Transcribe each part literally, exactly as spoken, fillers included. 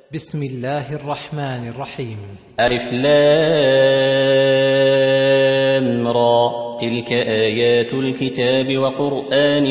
بسم الله الرحمن الرحيم. ألف لام را، تلك آيات الكتاب وقرآن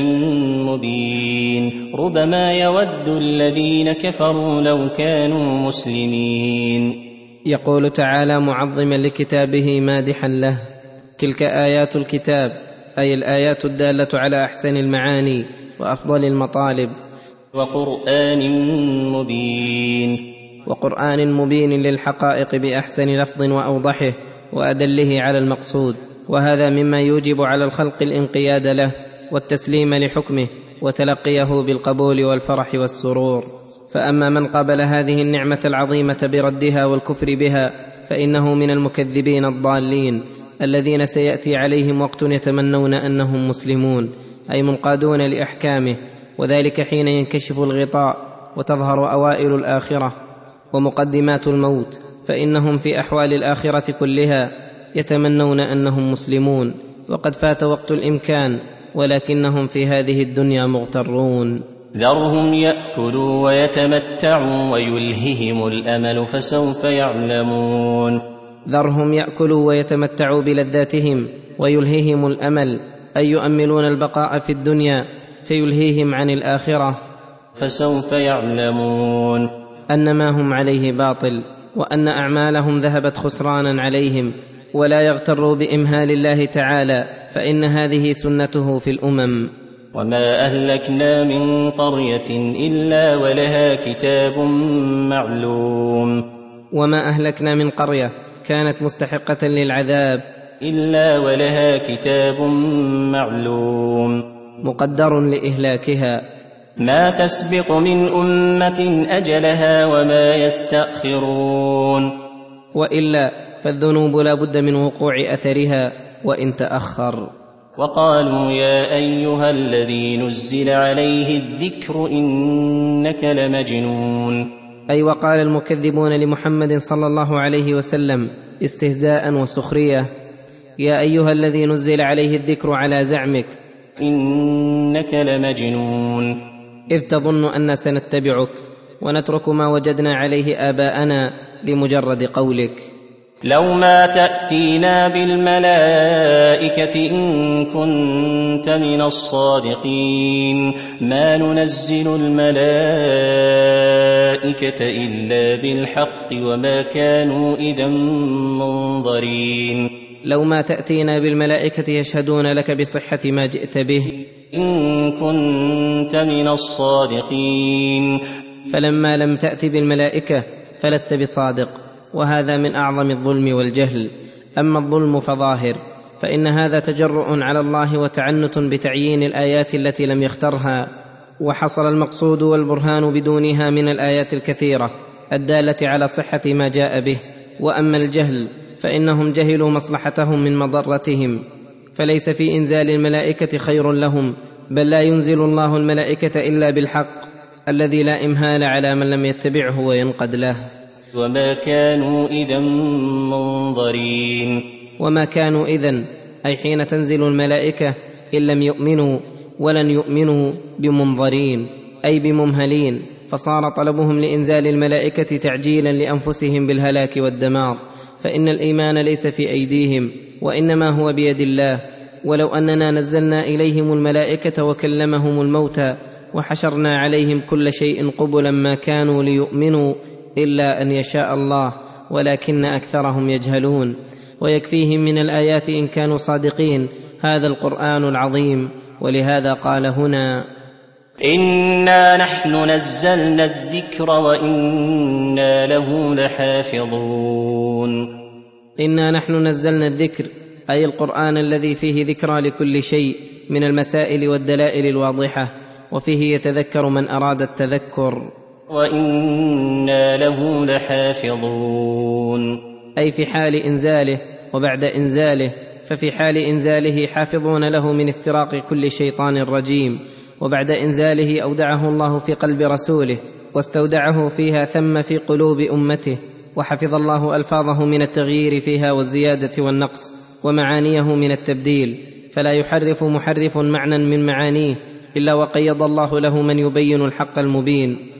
مبين، ربما يود الذين كفروا لو كانوا مسلمين. يقول تعالى معظما لكتابه مادحا له: تلك آيات الكتاب، أي الآيات الدالة على أحسن المعاني وأفضل المطالب. وقرآن مبين، وقرآن مبين للحقائق بأحسن لفظ وأوضحه وأدله على المقصود، وهذا مما يوجب على الخلق الانقياد له والتسليم لحكمه وتلقيه بالقبول والفرح والسرور. فأما من قابل هذه النعمة العظيمة بردها والكفر بها فإنه من المكذبين الضالين الذين سيأتي عليهم وقت يتمنون أنهم مسلمون، أي منقادون لأحكامه، وذلك حين ينكشف الغطاء وتظهر أوائل الآخرة ومقدمات الموت، فإنهم في أحوال الآخرة كلها يتمنون أنهم مسلمون، وقد فات وقت الإمكان، ولكنهم في هذه الدنيا مغترون. ذرهم يأكلوا ويتمتعوا ويلههم الأمل فسوف يعلمون. ذرهم يأكلوا ويتمتعوا بلذاتهم ويلههم الأمل، أي يؤملون البقاء في الدنيا فيلهيهم عن الآخرة، فسوف يعلمون أن ما هم عليه باطل، وأن أعمالهم ذهبت خسرانا عليهم، ولا يغتروا بإمهال الله تعالى، فإن هذه سنته في الأمم. وما أهلكنا من قرية إلا ولها كتاب معلوم. وما أهلكنا من قرية كانت مستحقة للعذاب إلا ولها كتاب معلوم، مقدر لإهلاكها. ما تسبق من أمة أجلها وما يستأخرون. وإلا فالذنوب لا بد من وقوع أثرها وإن تأخر. وقالوا يا أيها الذي نزل عليه الذكر إنك لمجنون. أي وقال المكذبون لمحمد صلى الله عليه وسلم استهزاء وسخرية: يا أيها الذي نزل عليه الذكر على زعمك إنك لمجنون، إذ تظن أن سنتبعك ونترك ما وجدنا عليه آباءنا لمجرد قولك. لو ما تأتينا بالملائكة إن كنت من الصادقين، ما ننزل الملائكة إلا بالحق وما كانوا إذا منظرين. لو ما تأتينا بالملائكة يشهدون لك بصحة ما جئت به إن كنت من الصادقين، فلما لم تأت بالملائكة فلست بصادق، وهذا من أعظم الظلم والجهل. أما الظلم فظاهر، فإن هذا تجرؤ على الله وتعنت بتعيين الآيات التي لم يخترها، وحصل المقصود والبرهان بدونها من الآيات الكثيرة الدالة على صحة ما جاء به. وأما الجهل فإنهم جهلوا مصلحتهم من مضرتهم، فليس في إنزال الملائكة خير لهم، بل لا ينزل الله الملائكة إلا بالحق الذي لا إمهال على من لم يتبعه وينقد له. وما كانوا إذا منظرين. وما كانوا إذن أي حين تنزل الملائكة إن لم يؤمنوا ولن يؤمنوا بمنظرين، أي بممهلين، فصار طلبهم لإنزال الملائكة تعجيلا لأنفسهم بالهلاك والدمار، فإن الإيمان ليس في أيديهم وإنما هو بيد الله. ولو أننا نزلنا إليهم الملائكة وكلمهم الموتى وحشرنا عليهم كل شيء قبلا ما كانوا ليؤمنوا إلا أن يشاء الله، ولكن أكثرهم يجهلون. ويكفيهم من الآيات إن كانوا صادقين هذا القرآن العظيم. ولهذا قال هنا: إنا نحن نزلنا الذكر وإنا له لحافظون. إنا نحن نزلنا الذكر، أي القرآن الذي فيه ذكرى لكل شيء من المسائل والدلائل الواضحة، وفيه يتذكر من أراد التذكر. وإنا له لحافظون، أي في حال إنزاله وبعد إنزاله، ففي حال إنزاله حافظون له من استراق كل شيطان رجيم، وبعد إنزاله أودعه الله في قلب رسوله واستودعه فيها ثم في قلوب أمته، وحفظ الله ألفاظه من التغيير فيها والزيادة والنقص، ومعانيه من التبديل، فلا يحرف محرف معنى من معانيه إلا وقيض الله له من يبين الحق المبين.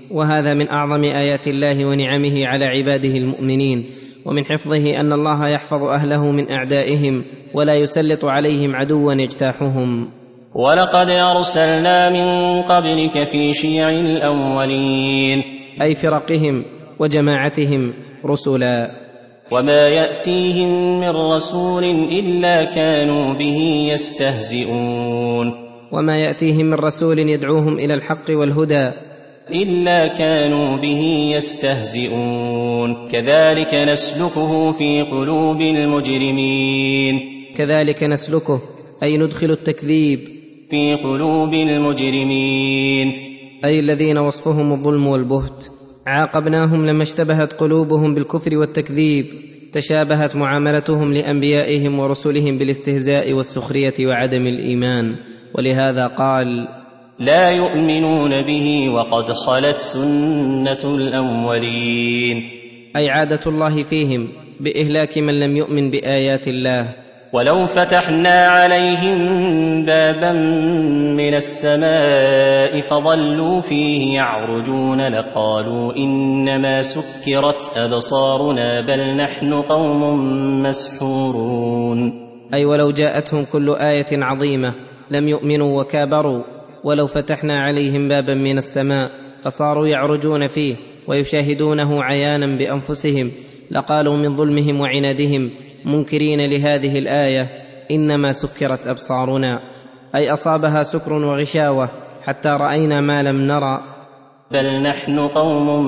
وهذا من اعظم ايات الله ونعمه على عباده المؤمنين، ومن حفظه ان الله يحفظ اهله من اعدائهم ولا يسلط عليهم عدوا يجتاحهم. ولقد أرسلنا من قبلك في شيع الأولين، أي فرقهم وجماعتهم رسلا، وما يأتيهم من رسول إلا كانوا به يستهزئون، وما يأتيهم من رسول يدعوهم إلى الحق والهدى إلا كانوا به يستهزئون، كذلك نسلكه في قلوب المجرمين. كذلك نسلكه أي ندخل التكذيب في قلوب المجرمين، أي الذين وصفهم الظلم والبهت. عاقبناهم لما اشتبهت قلوبهم بالكفر والتكذيب، تشابهت معاملتهم لأنبيائهم ورسلهم بالاستهزاء والسخرية وعدم الإيمان، ولهذا قال: لا يؤمنون به وقد خلت سنة الأولين، أي عادة الله فيهم بإهلاك من لم يؤمن بآيات الله. ولو فتحنا عليهم بابا من السماء فظلوا فيه يعرجون لقالوا إنما سكرت أبصارنا بل نحن قوم مسحورون، أي ولو جاءتهم كل آية عظيمة لم يؤمنوا وكابروا. ولو فتحنا عليهم بابا من السماء فصاروا يعرجون فيه ويشاهدونه عيانا بأنفسهم لقالوا من ظلمهم وعنادهم منكرين لهذه الآية إنما سكرت أبصارنا، أي أصابها سكر وغشاوة حتى رأينا ما لم نرى، بل نحن قوم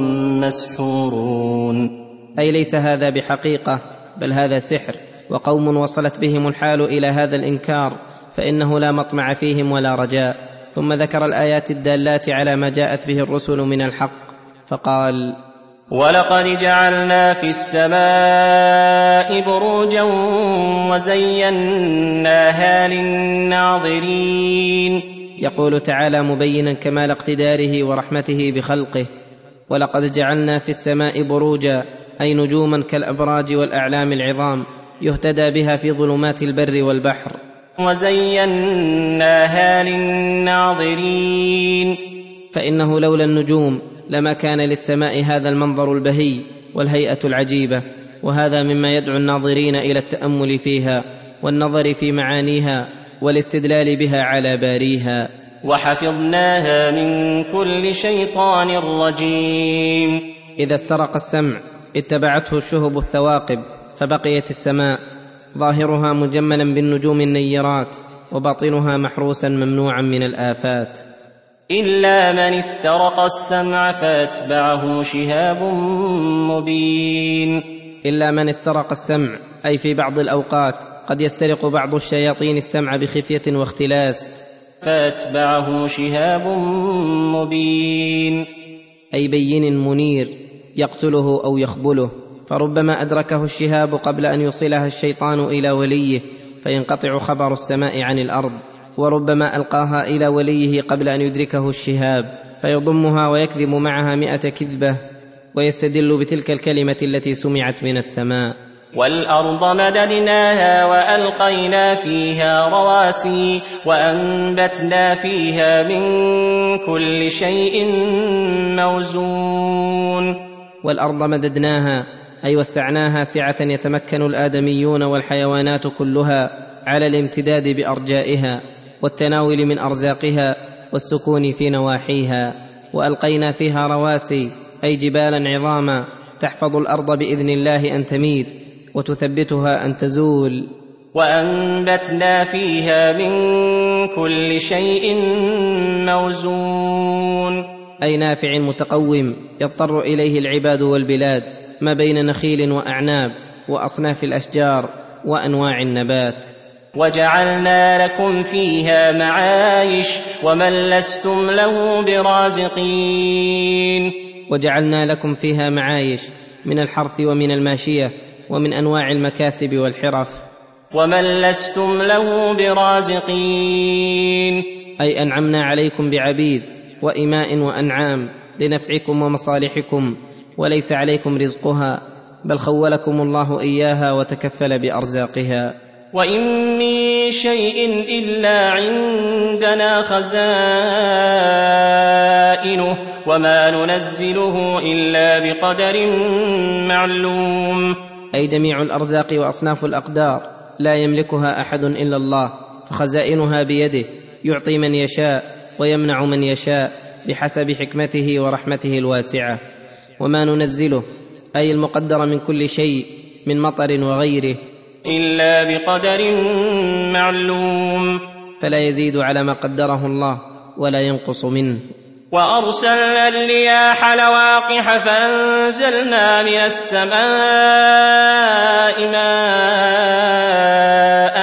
مسحورون، أي ليس هذا بحقيقة بل هذا سحر، وقوم وصلت بهم الحال إلى هذا الإنكار فإنه لا مطمع فيهم ولا رجاء. ثم ذكر الآيات الدالات على ما جاءت به الرسل من الحق فقال: ولقد جعلنا في السماء بروجا وزيناها للناظرين. يقول تعالى مبينا كمال اقتداره ورحمته بخلقه: ولقد جعلنا في السماء بروجا، أي نجوما كالأبراج والأعلام العظام يهتدى بها في ظلمات البر والبحر. وزيناها للناظرين، فإنه لولا النجوم لما كان للسماء هذا المنظر البهي والهيئة العجيبة، وهذا مما يدعو الناظرين إلى التأمل فيها والنظر في معانيها والاستدلال بها على باريها. وحفظناها من كل شيطان رجيم. إذا استرق السمع اتبعته الشهب الثواقب، فبقيت السماء ظاهرها مجملا بالنجوم النيرات وباطنها محروسا ممنوعا من الآفات، إلا من استرق السمع فاتبعه شهاب مبين. إلا من استرق السمع، أي في بعض الأوقات قد يسترق بعض الشياطين السمع بخفية واختلاس، فاتبعه شهاب مبين، أي بين منير يقتله أو يخبله، فربما أدركه الشهاب قبل أن يوصلها الشيطان إلى وليه فينقطع خبر السماء عن الأرض، وربما ألقاها إلى وليه قبل أن يدركه الشهاب فيضمها ويكذب معها مئة كذبة ويستدل بتلك الكلمة التي سمعت من السماء. والأرض مددناها وألقينا فيها رواسي وأنبتنا فيها من كل شيء موزون. والأرض مددناها، أي وسعناها سعة يتمكن الآدميون والحيوانات كلها على الامتداد بأرجائها والتناول من أرزاقها والسكون في نواحيها. وألقينا فيها رواسي، أي جبالا عظاما تحفظ الأرض بإذن الله أن تميد وتثبتها أن تزول. وأنبتنا فيها من كل شيء موزون، أي نافع متقوم يضطر إليه العباد والبلاد، ما بين نخيل وأعناب وأصناف الأشجار وأنواع النبات. وجعلنا لكم فيها معايش ومن لستم له برازقين. وجعلنا لكم فيها معايش من الحرث ومن الماشية ومن أنواع المكاسب والحرف. ومن لستم له برازقين، أي أنعمنا عليكم بعبيد وإماء وأنعام لنفعكم ومصالحكم، وليس عليكم رزقها بل خولكم الله إياها وتكفل بأرزاقها. وإن من شيء إلا عندنا خزائنه وما ننزله إلا بقدر معلوم. أي جميع الأرزاق وأصناف الأقدار لا يملكها أحد إلا الله، فخزائنها بيده، يعطي من يشاء ويمنع من يشاء بحسب حكمته ورحمته الواسعة. وما ننزله أي المقدر من كل شيء من مطر وغيره إلا بقدر معلوم، فلا يزيد على ما قدره الله ولا ينقص منه. وأرسلنا الرياح لواقح فأنزلنا من السماء ماء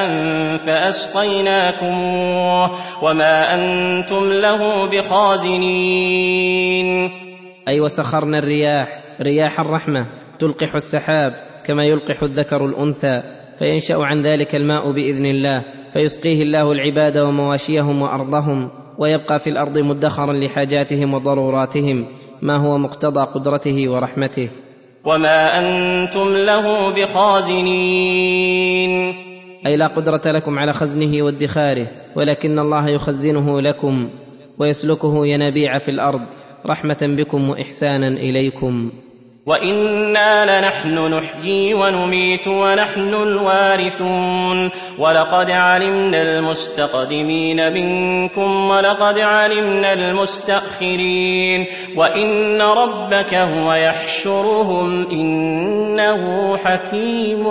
فأسقيناكموه وما أنتم له بخازنين. أي وسخرنا الرياح، رياح الرحمة، تلقح السحاب كما يلقح الذكر الأنثى، فينشأ عن ذلك الماء بإذن الله، فيسقيه الله العباد ومواشيهم وأرضهم، ويبقى في الأرض مدخرا لحاجاتهم وضروراتهم ما هو مقتضى قدرته ورحمته. وما أنتم له بخازنين، أي لا قدرة لكم على خزنه وادخاره، ولكن الله يخزنه لكم ويسلكه ينابيع في الأرض رحمة بكم وإحسانا إليكم. وإنا لنحن نحيي ونميت ونحن الوارثون. ولقد علمنا المستقدمين منكم ولقد علمنا المستأخرين وإن ربك هو يحشرهم إنه حكيم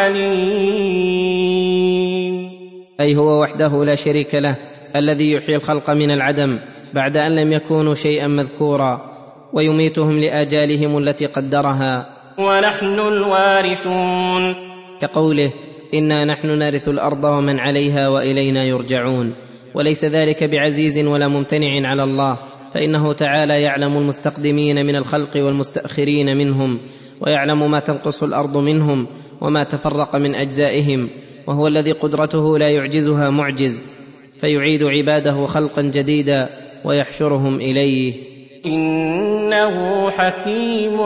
عليم. أي هو وحده لا شريك له الذي يحيي الخلق من العدم بعد أن لم يكونوا شيئا مذكورا، ويميتهم لآجالهم التي قدرها. ونحن الوارثون، كقوله إنا نحن نرث الأرض ومن عليها وإلينا يرجعون. وليس ذلك بعزيز ولا ممتنع على الله، فإنه تعالى يعلم المستقدمين من الخلق والمستأخرين منهم، ويعلم ما تنقص الأرض منهم وما تفرق من أجزائهم، وهو الذي قدرته لا يعجزها معجز، فيعيد عباده خلقا جديدا ويحشرهم إليه. إنه حكيم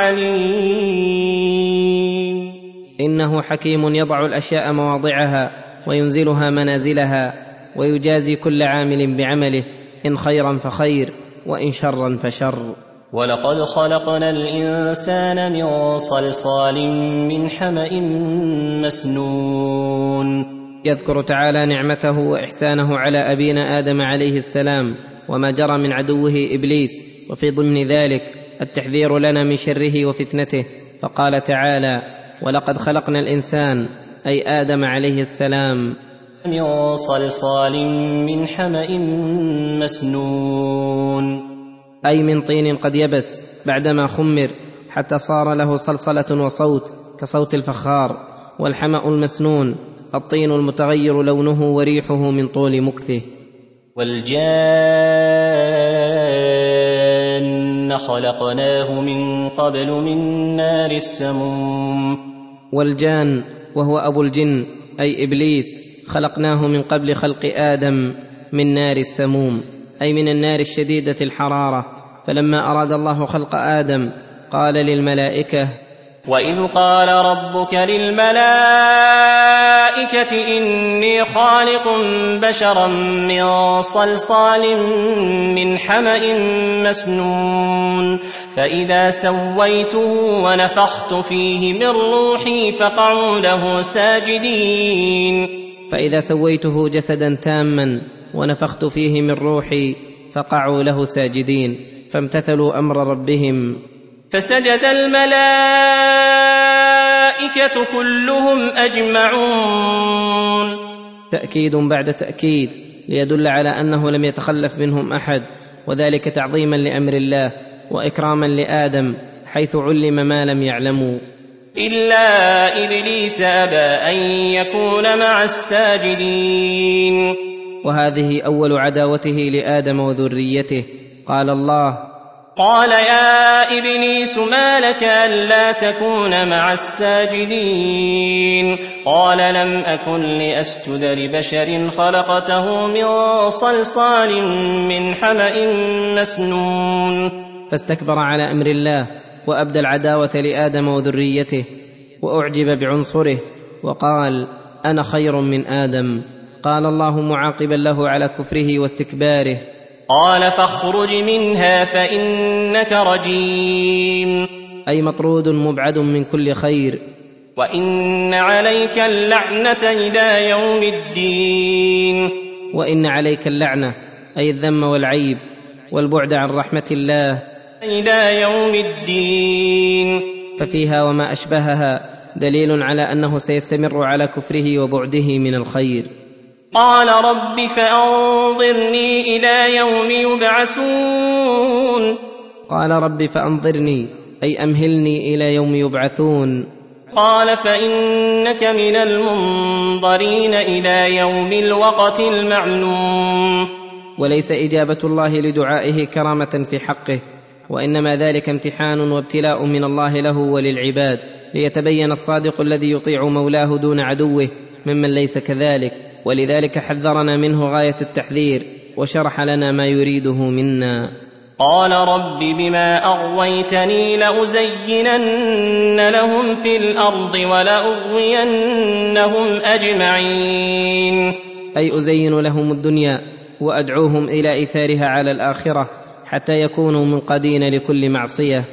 عليم. إنه حكيم يضع الأشياء مواضعها وينزلها منازلها، ويجازي كل عامل بعمله، إن خيرا فخير وإن شرا فشر. ولقد خلقنا الإنسان من صلصال من حمأ مسنون. يذكر تعالى نعمته وإحسانه على أبينا آدم عليه السلام وما جرى من عدوه إبليس، وفي ضمن ذلك التحذير لنا من شره وفتنته، فقال تعالى: ولقد خلقنا الإنسان، أي آدم عليه السلام، من صلصال من حمأ مسنون، أي من طين قد يبس بعدما خمر حتى صار له صلصلة وصوت كصوت الفخار. والحمأ المسنون الطين المتغير لونه وريحه من طول مكثه. والجان خلقناه من قبل من نار السموم. والجان وهو أبو الجن أي إبليس خلقناه من قبل خلق آدم من نار السموم، أي من النار الشديدة الحرارة. فلما أراد الله خلق آدم قال للملائكة: وإذ قال ربك للملائكة إني خالق بشرا من صلصال من حمأ مسنون فإذا سويته ونفخت فيه من روحي فقعوا له ساجدين. فإذا سويته جسدا تاما ونفخت فيه من روحي فقعوا له ساجدين، فامتثلوا أمر ربهم. فسجد الملائكة كلهم أجمعون. تأكيد بعد تأكيد ليدل على أنه لم يتخلف منهم أحد، وذلك تعظيما لأمر الله وإكراما لآدم حيث علم ما لم يعلموا. إلا إبليس أبى أن يكون مع الساجدين. وهذه أول عداوته لآدم وذريته. قال الله: قال يا إبليس ما لك ألا تكون مع الساجدين؟ قال لم أكن لأسجد لبشر خلقته من صلصال من حمأ مسنون. فاستكبر على أمر الله وأبدى العداوة لآدم وذريته، وأعجب بعنصره وقال: أنا خير من آدم. قال الله معاقبا له على كفره واستكباره: قال فاخرج منها فإنك رجيم، أي مطرود مبعد من كل خير. وإن عليك اللعنة إلى يوم الدين، وإن عليك اللعنة أي الذم والعيب والبعد عن رحمة الله إلى يوم الدين. ففيها وما أشبهها دليل على أنه سيستمر على كفره وبعده من الخير. قال رب فأنظرني إلى يوم يبعثون. قال رب فأنظرني أي أمهلني إلى يوم يبعثون. قال فإنك من المنظرين إلى يوم الوقت المعلوم. وليس إجابة الله لدعائه كرامة في حقه، وإنما ذلك امتحان وابتلاء من الله له وللعباد، ليتبين الصادق الذي يطيع مولاه دون عدوه ممن ليس كذلك. ولذلك حذرنا منه غاية التحذير، وشرح لنا ما يريده منا. قال رب بما أغويتني لأزينن لهم في الأرض ولأغوينهم أجمعين، أي أزين لهم الدنيا وأدعوهم إلى إيثارها على الآخرة حتى يكونوا منقادين لكل معصية.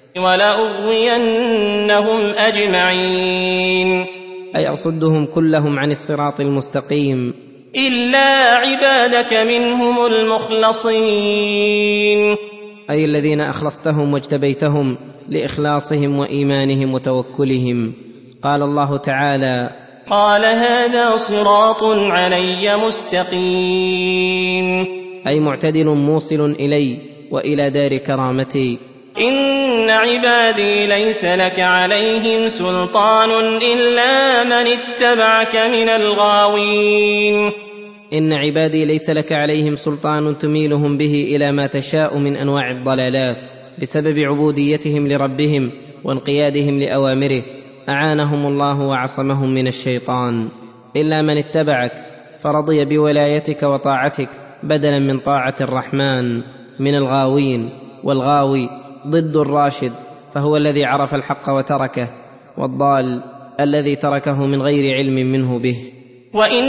ولأغوينهم أجمعين أي أصدهم كلهم عن الصراط المستقيم إلا عبادك منهم المخلصين، أي الذين أخلصتهم واجتبيتهم لإخلاصهم وإيمانهم وتوكلهم. قال الله تعالى: قال هذا صراط علي مستقيم، أي معتدل موصل إلي وإلى دار كرامتي. إن عبادي ليس لك عليهم سلطان إلا من اتبعك من الغاوين. إن عبادي ليس لك عليهم سلطان تميلهم به إلى ما تشاء من أنواع الضلالات بسبب عبوديتهم لربهم وانقيادهم لأوامره. أعانهم الله وعصمهم من الشيطان. إلا من اتبعك فرضي بولايتك وطاعتك بدلا من طاعة الرحمن من الغاوين. والغاوي ضد الراشد، فهو الذي عرف الحق وتركه، والضال الذي تركه من غير علم منه به. وإن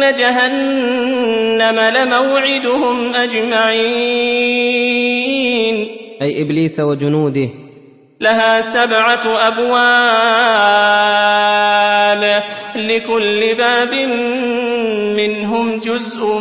جهنم لموعدهم أجمعين، أي إبليس وجنوده. لها سبعة أبواب لكل باب منهم جزء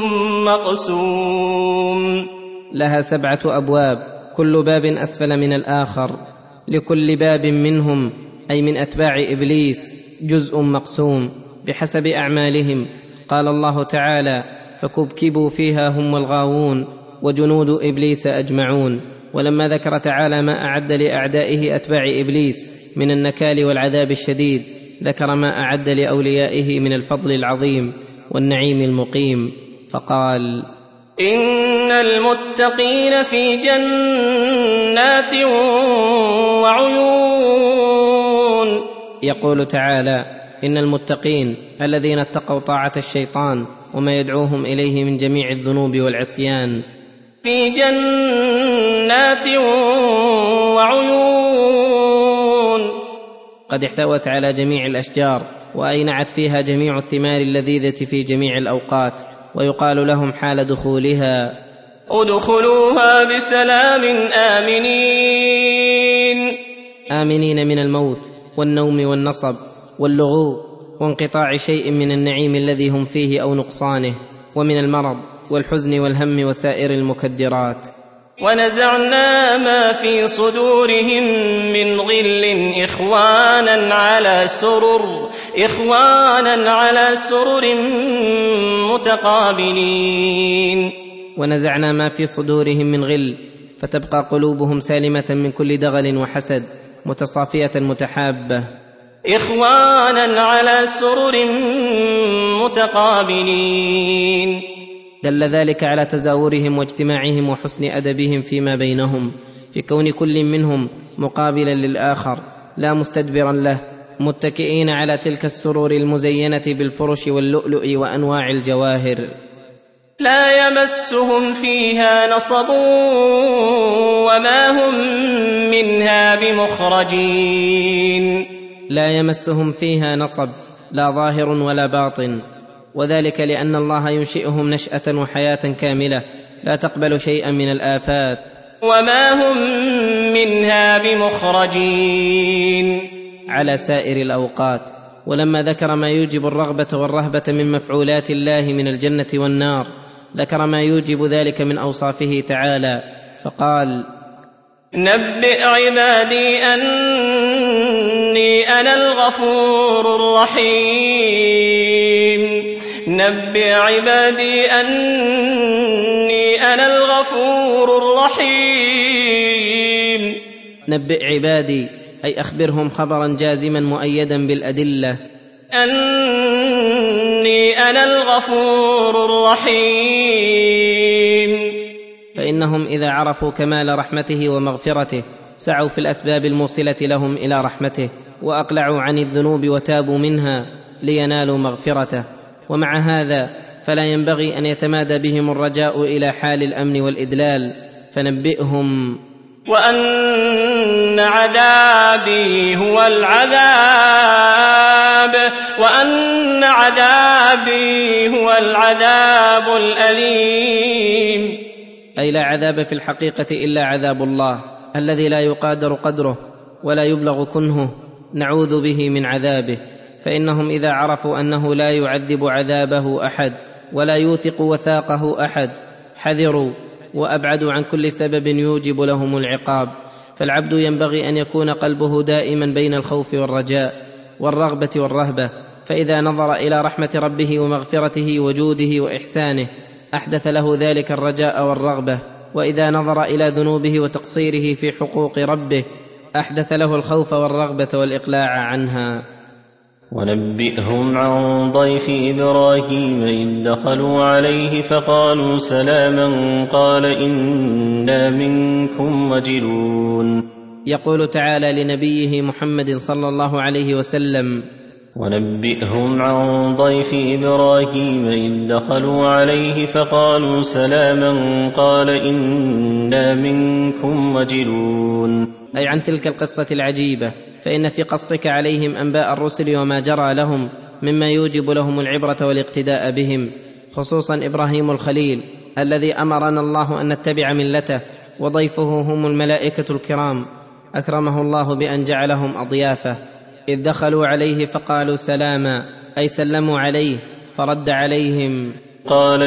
مقسوم. لها سبعة أبواب كل باب أسفل من الآخر، لكل باب منهم أي من أتباع إبليس جزء مقسوم بحسب أعمالهم. قال الله تعالى: فكبكبوا فيها هم والغاوون وجنود إبليس أجمعون. ولما ذكر تعالى ما أعد لأعدائه أتباع إبليس من النكال والعذاب الشديد، ذكر ما أعد لأوليائه من الفضل العظيم والنعيم المقيم، فقال: إن المتقين في جنات وعيون. يقول تعالى: إن المتقين الذين اتقوا طاعة الشيطان وما يدعوهم إليه من جميع الذنوب والعصيان في جنات وعيون، قد احتوت على جميع الأشجار وأينعت فيها جميع الثمار اللذيذة في جميع الأوقات، ويقال لهم حال دخولها: ادخلوها بسلام آمنين. آمنين من الموت والنوم والنصب واللغو وانقطاع شيء من النعيم الذي هم فيه أو نقصانه، ومن المرض والحزن والهم وسائر المكدرات. ونزعنا ما في صدورهم من غل إخوانا على سرر إخوانا على سرر متقابلين. ونزعنا ما في صدورهم من غل، فتبقى قلوبهم سالمة من كل دغل وحسد، متصافية متحابة. إخوانا على سرر متقابلين. دل ذلك على تزاورهم واجتماعهم وحسن أدبهم فيما بينهم، في كون كل منهم مقابلا للآخر لا مستدبرا له، متكئين على تلك السرور المزينة بالفرش واللؤلؤ وأنواع الجواهر. لا يمسهم فيها نصب وما هم منها بمخرجين. لا يمسهم فيها نصب لا ظاهر ولا باطن، وذلك لأن الله ينشئهم نشأة وحياة كاملة لا تقبل شيئا من الآفات، وما هم منها بمخرجين، على سائر الأوقات. ولما ذكر ما يوجب الرغبة والرهبة من مفعولات الله من الجنة والنار، ذكر ما يوجب ذلك من أوصافه تعالى فقال: نبئ عبادي أني أنا الغفور الرحيم نبئ عبادي أني أنا الغفور الرحيم. نبئ عبادي أي أخبرهم خبرا جازما مؤيدا بالأدلة أني أنا الغفور الرحيم، فإنهم إذا عرفوا كمال رحمته ومغفرته سعوا في الأسباب الموصلة لهم إلى رحمته، وأقلعوا عن الذنوب وتابوا منها لينالوا مغفرته. ومع هذا فلا ينبغي أن يتمادى بهم الرجاء إلى حال الأمن والإدلال، فنبئهم وأن عذابي هو العذاب وأن عذابي هو العذاب الأليم، أي لا عذاب في الحقيقة إلا عذاب الله الذي لا يقادر قدره ولا يبلغ كنهه، نعوذ به من عذابه. فإنهم إذا عرفوا أنه لا يعذب عذابه أحد ولا يوثق وثاقه أحد حذروا وأبعدوا عن كل سبب يوجب لهم العقاب. فالعبد ينبغي أن يكون قلبه دائما بين الخوف والرجاء والرغبة والرهبة، فإذا نظر إلى رحمة ربه ومغفرته وجوده وإحسانه أحدث له ذلك الرجاء والرغبة، وإذا نظر إلى ذنوبه وتقصيره في حقوق ربه أحدث له الخوف والرغبة والإقلاع عنها. ونبئهم عن ضيف إبراهيم إذ دخلوا عليه فقالوا سلاما قال إنا منكم وجلون. يقول تعالى لنبيه محمد صلى الله عليه وسلم: ونبئهم عن ضيف إبراهيم إذ دخلوا عليه فقالوا سلاما قال إنا منكم وجلون، أي عن تلك القصة العجيبة، فإن في قصك عليهم أنباء الرسل وما جرى لهم مما يوجب لهم العبرة والاقتداء بهم، خصوصا إبراهيم الخليل الذي أمرنا الله أن نتبع ملته، وضيفه هم الملائكة الكرام أكرمه الله بأن جعلهم أضيافه. إذ دخلوا عليه فقالوا سلاما أي سلموا عليه، فرد عليهم قال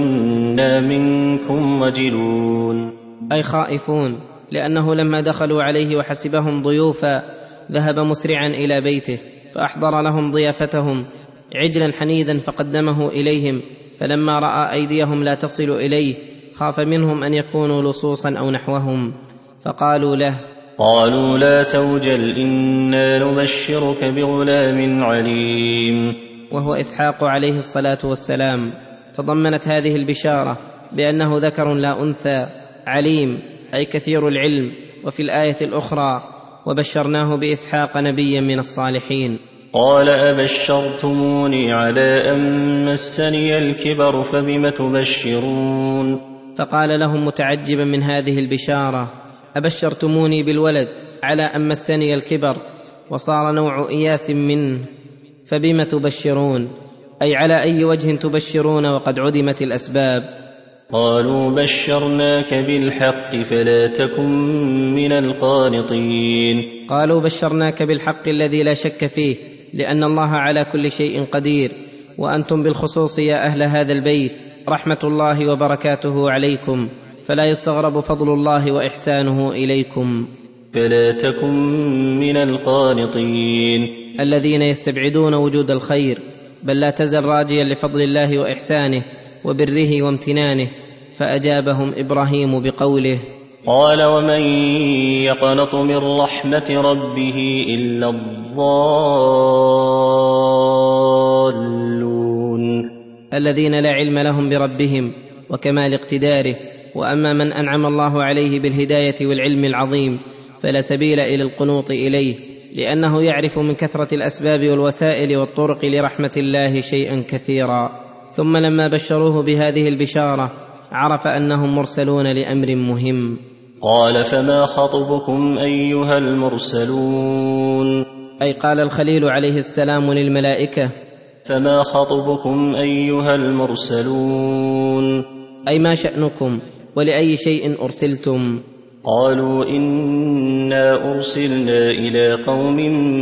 إنا منكم وجلون، أي خائفون، لأنه لما دخلوا عليه وحسبهم ضيوفا ذهب مسرعا إلى بيته فأحضر لهم ضيافتهم عجلا حنيذا فقدمه إليهم، فلما رأى أيديهم لا تصل إليه خاف منهم أن يكونوا لصوصا أو نحوهم، فقالوا له قالوا لا توجل إنا نبشرك بغلام عليم، وهو إسحاق عليه الصلاة والسلام. تضمنت هذه البشارة بأنه ذكر لا أنثى عليم أي كثير العلم، وفي الآية الأخرى وبشرناه بإسحاق نبيا من الصالحين. قال أبشرتموني على أن مسني الكبر فبم تبشرون، فقال لهم متعجبا من هذه البشارة: أبشرتموني بالولد على أن مسني الكبر، وصار نوع إياس منه، فبم تبشرون أي على أي وجه تبشرون وقد عدمت الأسباب. قالوا بشرناك بالحق فلا تكن من القانطين، قالوا بشرناك بالحق الذي لا شك فيه، لأن الله على كل شيء قدير، وأنتم بالخصوص يا أهل هذا البيت رحمة الله وبركاته عليكم، فلا يستغرب فضل الله وإحسانه إليكم. فلا تكن من القانطين الذين يستبعدون وجود الخير، بل لا تزل راجيا لفضل الله وإحسانه وبره وامتنانه. فأجابهم إبراهيم بقوله: قال ومن يقنط من رحمة ربه إلا الضالون، الذين لا علم لهم بربهم وكمال اقتداره. وأما من أنعم الله عليه بالهداية والعلم العظيم فلا سبيل إلى القنوط إليه، لأنه يعرف من كثرة الأسباب والوسائل والطرق لرحمة الله شيئا كثيرا. ثم لما بشروه بهذه البشارة عرف أنهم مرسلون لأمر مهم. قال فما خطبكم أيها المرسلون، أي قال الخليل عليه السلام للملائكة: فما خطبكم أيها المرسلون؟ أي ما شأنكم ولأي شيء أرسلتم؟ قالوا إنا أرسلنا إلى قوم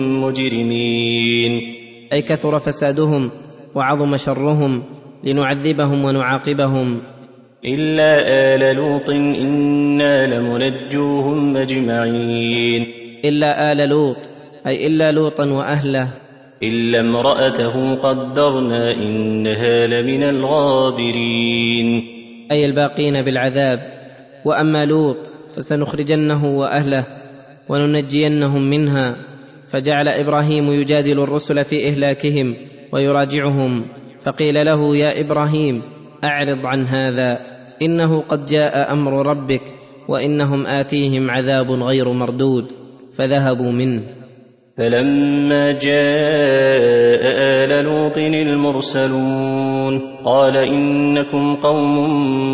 مجرمين. أي كثر فسادهم وعظم شرهم لنعذبهم ونعاقبهم. إلا آل لوط إنا لمنجوهم أجمعين. إلا آل لوط أي إلا لوطا وأهله. إلا امرأته قدرنا إنها لمن الغابرين. أي الباقين بالعذاب. وأما لوط فسنخرجنه وأهله وننجينهم منها. فجعل إبراهيم يجادل الرسل في إهلاكهم ويراجعهم، فقيل له: يا إبراهيم أعرض عن هذا، إنه قد جاء أمر ربك وإنهم آتيهم عذاب غير مردود. فذهبوا منه. فلما جاء آل لوط المرسلون قال إنكم قوم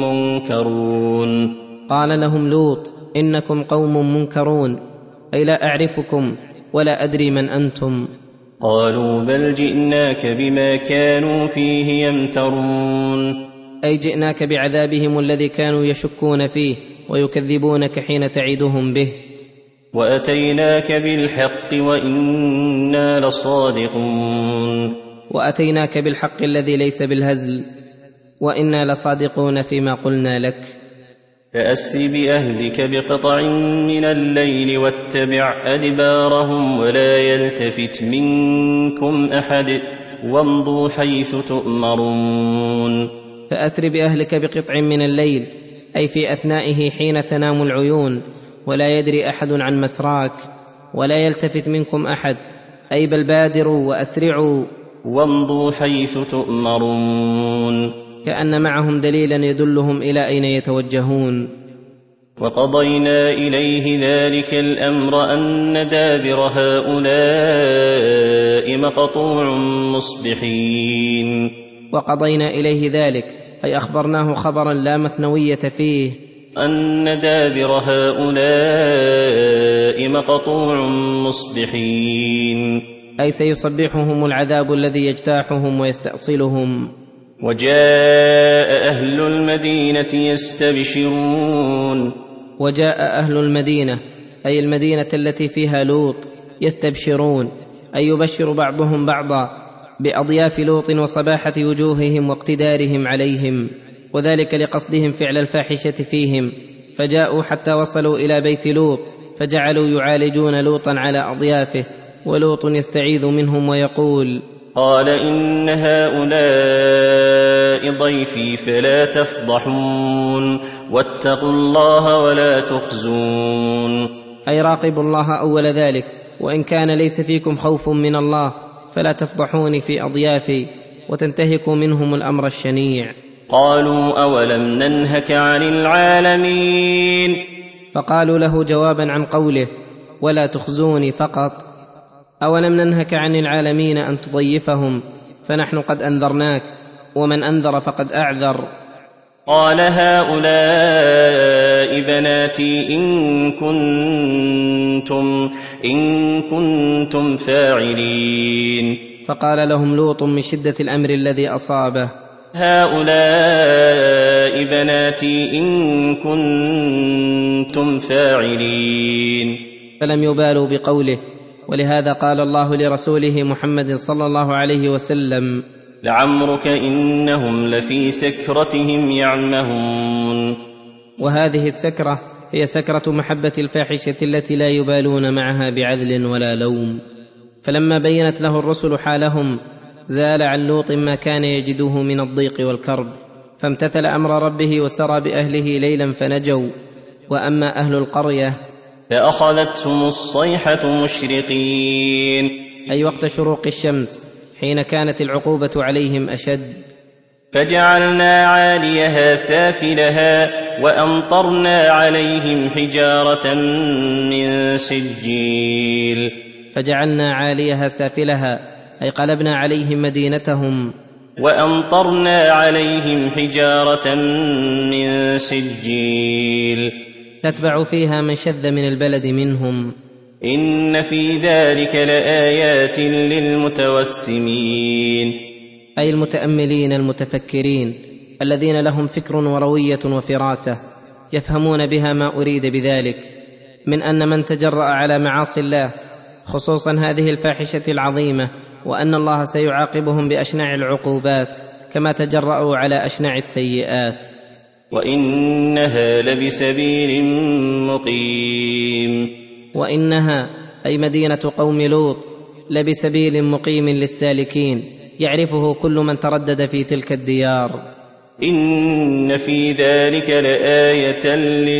منكرون. قال لهم لوط: إنكم قوم منكرون، أي لا أعرفكم ولا أدري من أنتم. قالوا بل جئناك بما كانوا فيه يمترون. أي جئناك بعذابهم الذي كانوا يشكون فيه ويكذبونك حين تعيدهم به. وأتيناك بالحق وإنا لصادقون. وأتيناك بالحق الذي ليس بالهزل وإنا لصادقون فيما قلنا لك. فأسر بأهلك بقطع من الليل واتبع أدبارهم ولا يلتفت منكم أحد وامضوا حيث تؤمرون. فأسر بأهلك بقطع من الليل، أي في أثنائه حين تنام العيون، ولا يدري أحد عن مسراك، ولا يلتفت منكم أحد، أي بل بادروا وأسرعوا. وامضوا حيث تؤمرون. كأن معهم دليلا يدلهم إلى أين يتوجهون. وقضينا إليه ذلك الأمر أن دابر هؤلاء مقطوع مصبحين. وقضينا إليه ذلك أي أخبرناه خبرا لا مثنوية فيه، أن دابر هؤلاء مقطوع مصبحين، أي سيصبحهم العذاب الذي يجتاحهم ويستأصلهم. وجاء أهل المدينة يستبشرون. وجاء أهل المدينة أي المدينة التي فيها لوط يستبشرون، أي يبشر بعضهم بعضا بأضياف لوط وصباحة وجوههم واقتدارهم عليهم، وذلك لقصدهم فعل الفاحشة فيهم. فجاءوا حتى وصلوا إلى بيت لوط فجعلوا يعالجون لوطا على أضيافه، ولوط يستعيذ منهم ويقول: قال إن هؤلاء ضيفي فلا تفضحون واتقوا الله ولا تخزون. أي راقبوا الله أول ذلك، وإن كان ليس فيكم خوف من الله فلا تفضحوني في أضيافي وتنتهكوا منهم الأمر الشنيع. قالوا أولم ننهك عن العالمين. فقالوا له جوابا عن قوله ولا تخزوني فقط: أولم ننهك عن العالمين أن تضيفهم، فنحن قد أنذرناك، ومن أنذر فقد أعذر. قال هؤلاء بناتي إن كنتم, إن كنتم فاعلين. فقال لهم لوط من شدة الأمر الذي أصابه: هؤلاء بناتي إن كنتم فاعلين. فلم يبالوا بقوله، ولهذا قال الله لرسوله محمد صلى الله عليه وسلم: لعمرك إنهم لفي سكرتهم يعمهون. وهذه السكرة هي سكرة محبة الفاحشة التي لا يبالون معها بعدل ولا لوم. فلما بينت له الرسل حالهم زال عن لوط ما كان يجده من الضيق والكرب، فامتثل أمر ربه وسرى بأهله ليلا فنجوا. وأما أهل القرية فأخذتهم الصيحة مشرقين، أي وقت شروق الشمس حين كانت العقوبة عليهم أشد. فجعلنا عاليها سافلها وأمطرنا عليهم حجارة من سجيل. فجعلنا عاليها سافلها أي قلبنا عليهم مدينتهم. وأمطرنا عليهم حجارة من سجيل تتبع فيها من شذ من البلد منهم. إن في ذلك لآيات للمتوسمين، أي المتأملين المتفكرين الذين لهم فكر وروية وفراسة يفهمون بها ما أريد بذلك من أن من تجرأ على معاصي الله، خصوصا هذه الفاحشة العظيمة، وأن الله سيعاقبهم بأشنع العقوبات كما تجرأوا على أشنع السيئات. وإنها لبسبيل مقيم، وإنها أي مدينة قوم لوط لبسبيل مقيم للسالكين، يعرفه كل من تردد في تلك الديار. إن في ذلك لآية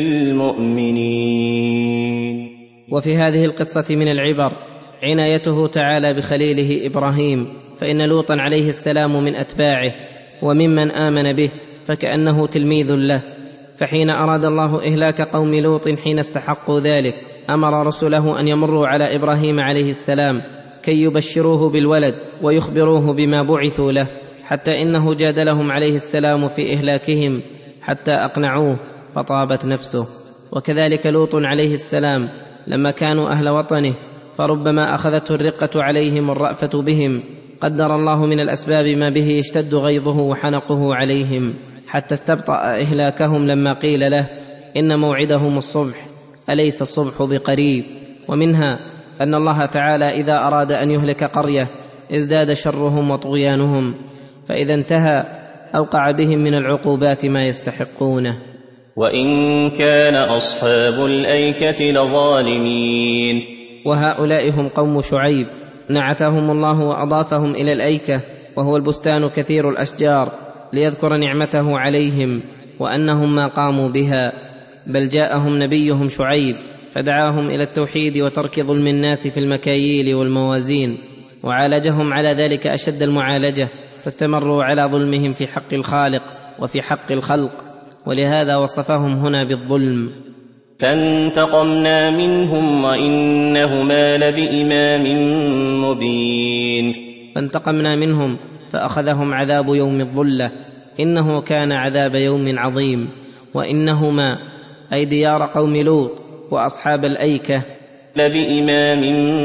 للمؤمنين. وفي هذه القصة من العبر عنايته تعالى بخليله إبراهيم، فإن لوطا عليه السلام من أتباعه وممن آمن به، فكأنه تلميذ له. فحين أراد الله إهلاك قوم لوط حين استحقوا ذلك، أمر رسله أن يمروا على إبراهيم عليه السلام كي يبشروه بالولد ويخبروه بما بعثوا له، حتى إنه جادلهم عليه السلام في إهلاكهم حتى أقنعوه فطابت نفسه. وكذلك لوط عليه السلام لما كانوا أهل وطنه، فربما أخذته الرقة عليهم والرأفة بهم، قدر الله من الأسباب ما به يشتد غيظه وحنقه عليهم، حتى استبطأ إهلاكهم لما قيل له إن موعدهم الصبح أليس الصبح بقريب. ومنها أن الله تعالى إذا أراد أن يهلك قرية ازداد شرهم وطغيانهم، فإذا انتهى أوقع بهم من العقوبات ما يستحقونه. وإن كان أصحاب الأيكة لظالمين. وهؤلاء هم قوم شعيب، نعتهم الله وأضافهم إلى الأيكة، وهو البستان كثير الأشجار، ليذكر نعمته عليهم وأنهم ما قاموا بها. بل جاءهم نبيهم شعيب فدعاهم إلى التوحيد وترك ظلم الناس في المكاييل والموازين، وعالجهم على ذلك أشد المعالجة، فاستمروا على ظلمهم في حق الخالق وفي حق الخلق، ولهذا وصفهم هنا بالظلم. فانتقمنا منهم وإنهما لبإمام مبين. فانتقمنا منهم فأخذهم عذاب يوم الظلة، إنه كان عذاب يوم عظيم. وإنهما أي ديار قوم لوط وأصحاب الأيكة لبإمام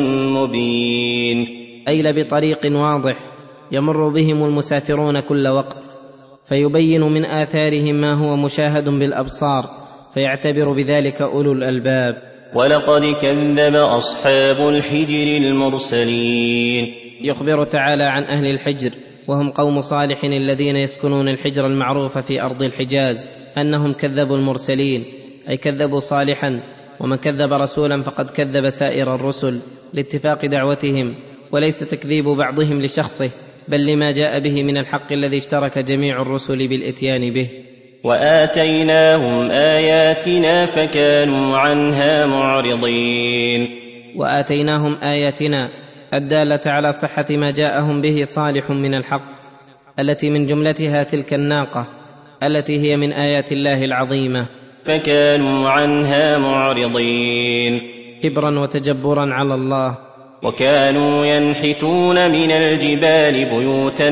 مبين، أي لبطريق واضح يمر بهم المسافرون كل وقت، فيبين من آثارهم ما هو مشاهد بالأبصار، فيعتبر بذلك أولو الألباب. ولقد كذب أصحاب الحجر المرسلين. يخبر تعالى عن أهل الحجر، وهم قوم صالح الذين يسكنون الحجر المعروف في أرض الحجاز، أنهم كذبوا المرسلين، أي كذبوا صالحا، ومن كذب رسولا فقد كذب سائر الرسل لاتفاق دعوتهم، وليس تكذيب بعضهم لشخصه، بل لما جاء به من الحق الذي اشترك جميع الرسل بالإتيان به. وآتيناهم آياتنا فكانوا عنها معرضين. وآتيناهم آياتنا الدالة على صحة ما جاءهم به صالح من الحق، التي من جملتها تلك الناقة التي هي من آيات الله العظيمة، فكانوا عنها معرضين، كبرا وتجبرا على الله. وكانوا ينحتون من الجبال بيوتا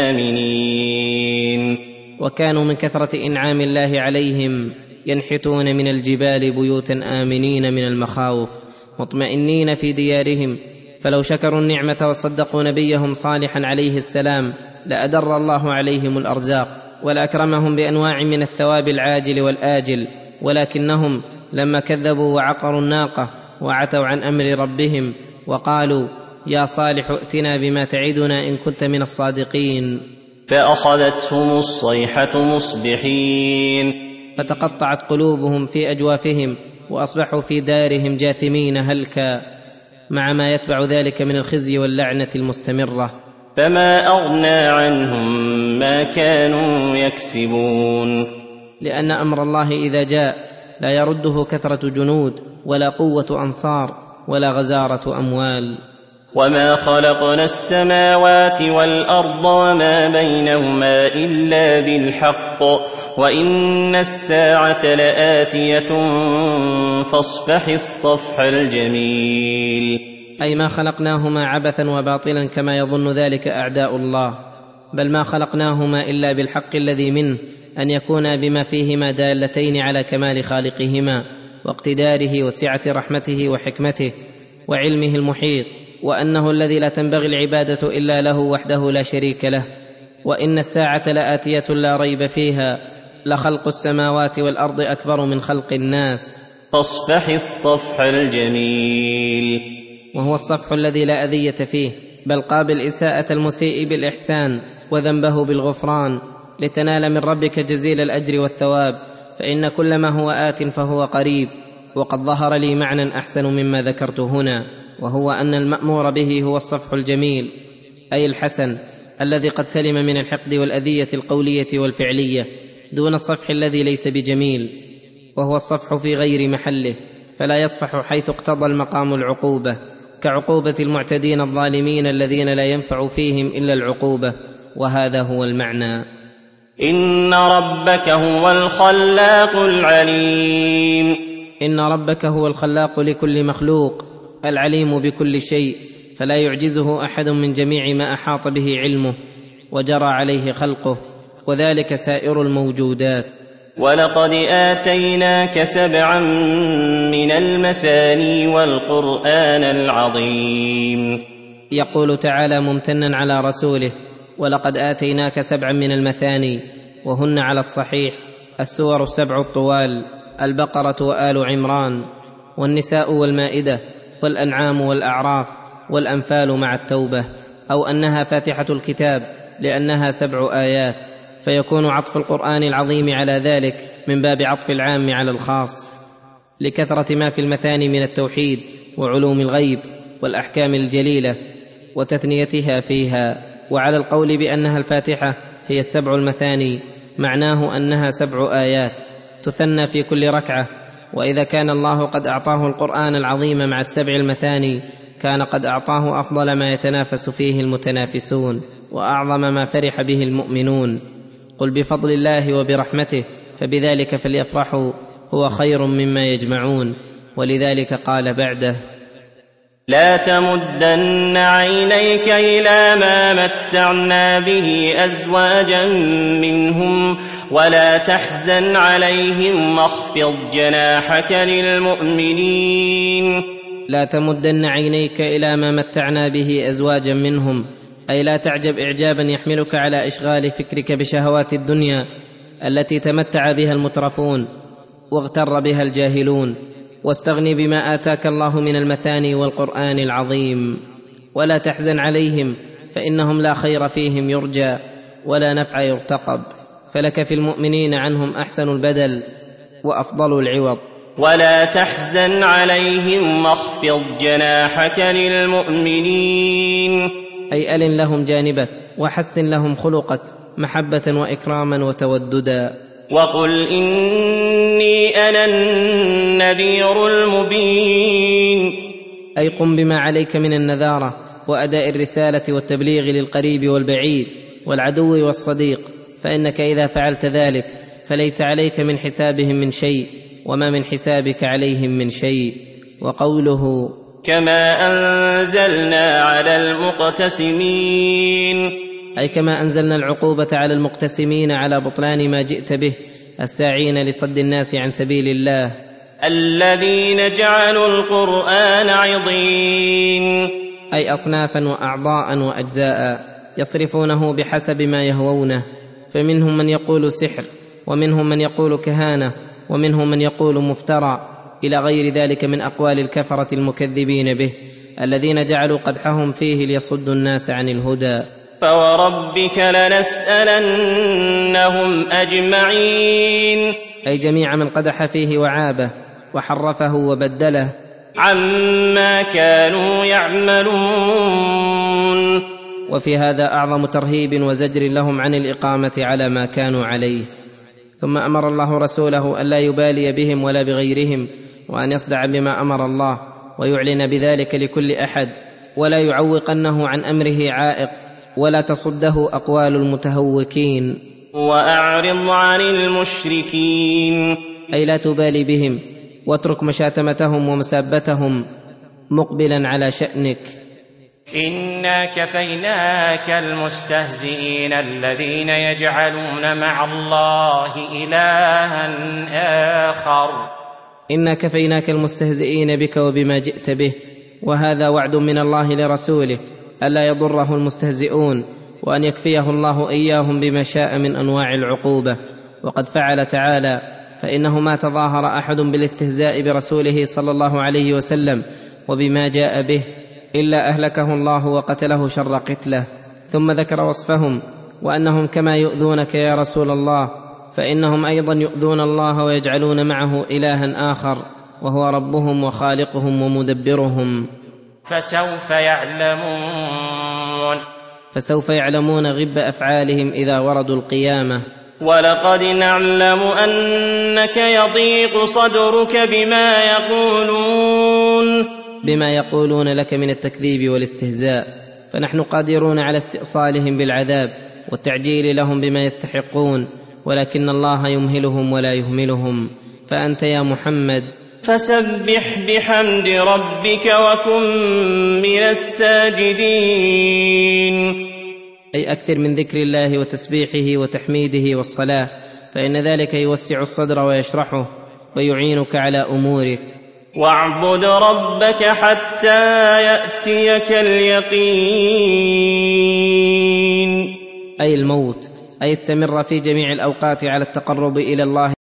آمنين. وكانوا من كثرة إنعام الله عليهم ينحتون من الجبال بيوتا آمنين من المخاوف، مطمئنين في ديارهم. فلو شكروا النعمة وصدقوا نبيهم صالحا عليه السلام لأدر الله عليهم الأرزاق، ولأكرمهم بأنواع من الثواب العاجل والآجل، ولكنهم لما كذبوا وعقروا الناقة وعتوا عن أمر ربهم وقالوا يا صالح ائتنا بما تعدنا إن كنت من الصادقين، فأخذتهم الصيحة مصبحين، فتقطعت قلوبهم في أجوافهم وأصبحوا في دارهم جاثمين هلكا، مع ما يتبع ذلك من الخزي واللعنة المستمرة. فما أغنى عنهم ما كانوا يكسبون. لأن أمر الله إذا جاء لا يرده كثرة جنود ولا قوة أنصار ولا غزارة أموال. وما خلقنا السماوات والأرض وما بينهما إلا بالحق وإن الساعة لآتية فاصفح الصفح الجميل. أي ما خلقناهما عبثا وباطلا كما يظن ذلك أعداء الله، بل ما خلقناهما إلا بالحق الذي منه، أن يكونا بما فيهما دالتين على كمال خالقهما واقتداره وسعة رحمته وحكمته، وعلمه المحيط، وأنه الذي لا تنبغي العبادة إلا له وحده لا شريك له، وإن الساعة لآتية لا ريب فيها، لخلق السماوات والأرض أكبر من خلق الناس. فاصفح الصفح الجميل، وهو الصفح الذي لا أذية فيه، بل قابل إساءة المسيء بالإحسان وذنبه بالغفران، لتنال من ربك جزيل الأجر والثواب، فإن كل ما هو آت فهو قريب. وقد ظهر لي معنى أحسن مما ذكرت هنا، وهو أن المأمور به هو الصفح الجميل، أي الحسن الذي قد سلم من الحقد والأذية القولية والفعلية، دون الصفح الذي ليس بجميل، وهو الصفح في غير محله، فلا يصفح حيث اقتضى المقام العقوبة، كعقوبة المعتدين الظالمين الذين لا ينفع فيهم إلا العقوبة، وهذا هو المعنى. إن ربك هو الخلاق العليم. إن ربك هو الخلاق لكل مخلوق، العليم بكل شيء، فلا يعجزه أحد من جميع ما أحاط به علمه وجرى عليه خلقه، وذلك سائر الموجودات. ولقد آتيناك سبعا من المثاني والقرآن العظيم. يقول تعالى ممتنا على رسوله: ولقد آتيناك سبعا من المثاني، وهن على الصحيح السور السبع الطوال: البقرة وآل عمران، والنساء والمائدة، والأنعام والأعراف، والأنفال مع التوبة، أو أنها فاتحة الكتاب لأنها سبع آيات، فيكون عطف القرآن العظيم على ذلك من باب عطف العام على الخاص، لكثرة ما في المثاني من التوحيد وعلوم الغيب والأحكام الجليلة وتثنيتها فيها. وعلى القول بأنها الفاتحة هي السبع المثاني، معناه أنها سبع آيات تثنى في كل ركعة، وإذا كان الله قد أعطاه القرآن العظيم مع السبع المثاني، كان قد أعطاه أفضل ما يتنافس فيه المتنافسون، وأعظم ما فرح به المؤمنون. قل بفضل الله وبرحمته فبذلك فليفرحوا هو خير مما يجمعون. ولذلك قال بعده: لا تمدن عينيك إلى ما متعنا به أزواجا منهم ولا تحزن عليهم واخفض جناحك للمؤمنين. لا تمدن عينيك إلى ما متعنا به أزواجا منهم، أي لا تعجب إعجابا يحملك على إشغال فكرك بشهوات الدنيا التي تمتع بها المترفون واغتر بها الجاهلون، واستغني بما آتاك الله من المثاني والقرآن العظيم. ولا تحزن عليهم، فإنهم لا خير فيهم يرجى ولا نفع يرتقب، فلك في المؤمنين عنهم أحسن البدل وأفضل العوض. ولا تحزن عليهم واخفض جناحك للمؤمنين، أي ألن لهم جانبك وحسن لهم خلقك محبة وإكراما وتوددا. وقل إني أنا النذير المبين، أي قم بما عليك من النذارة وأداء الرسالة والتبليغ للقريب والبعيد والعدو والصديق، فإنك إذا فعلت ذلك فليس عليك من حسابهم من شيء، وما من حسابك عليهم من شيء. وقوله: كما أنزلنا على المقتسمين، أي كما أنزلنا العقوبة على المقتسمين على بطلان ما جئت به، الساعين لصد الناس عن سبيل الله، الذين جعلوا القرآن عضين، أي أصنافا وأعضاء وأجزاء يصرفونه بحسب ما يهوونه، فمنهم من يقول سحر، ومنهم من يقول كهانة، ومنهم من يقول مفترى، إلى غير ذلك من أقوال الكفرة المكذبين به، الذين جعلوا قدحهم فيه ليصدوا الناس عن الهدى. فوربك لنسألنهم أجمعين، أي جميع من قدح فيه وعابه وحرفه وبدله، عما كانوا يعملون. وفي هذا أعظم ترهيب وزجر لهم عن الإقامة على ما كانوا عليه. ثم أمر الله رسوله ألا يبالي بهم ولا بغيرهم، وأن يصدع بما أمر الله ويعلن بذلك لكل أحد، ولا يعوقنه عن أمره عائق، ولا تصده أقوال المتهوكين. وأعرض عن المشركين، أي لا تبالي بهم واترك مشاتمتهم ومسابتهم مقبلا على شأنك. إنا كفيناك المستهزئين الذين يجعلون مع الله إلها آخر. إنا كفيناك المستهزئين بك وبما جئت به، وهذا وعد من الله لرسوله ألا يضره المستهزئون، وأن يكفيه الله إياهم بما شاء من أنواع العقوبة. وقد فعل تعالى، فإنه ما تظاهر أحد بالاستهزاء برسوله صلى الله عليه وسلم وبما جاء به إلا أهلكه الله وقتله شر قتله. ثم ذكر وصفهم وأنهم كما يؤذونك يا رسول الله فإنهم أيضا يؤذون الله ويجعلون معه إلها آخر وهو ربهم وخالقهم ومدبرهم. فسوف يعلمون فسوف يعلمون غب أفعالهم إذا وردوا القيامة. ولقد نعلم أنك يضيق صدرك بما يقولون بما يقولون لك من التكذيب والاستهزاء، فنحن قادرون على استئصالهم بالعذاب والتعجيل لهم بما يستحقون، ولكن الله يمهلهم ولا يهملهم. فأنت يا محمد فسبح بحمد ربك وكن من الساجدين، أي أكثر من ذكر الله وتسبيحه وتحميده والصلاة، فإن ذلك يوسع الصدر ويشرحه ويعينك على أمورك. واعبد ربك حتى يأتيك اليقين، أي الموت، أي استمر في جميع الأوقات على التقرب إلى الله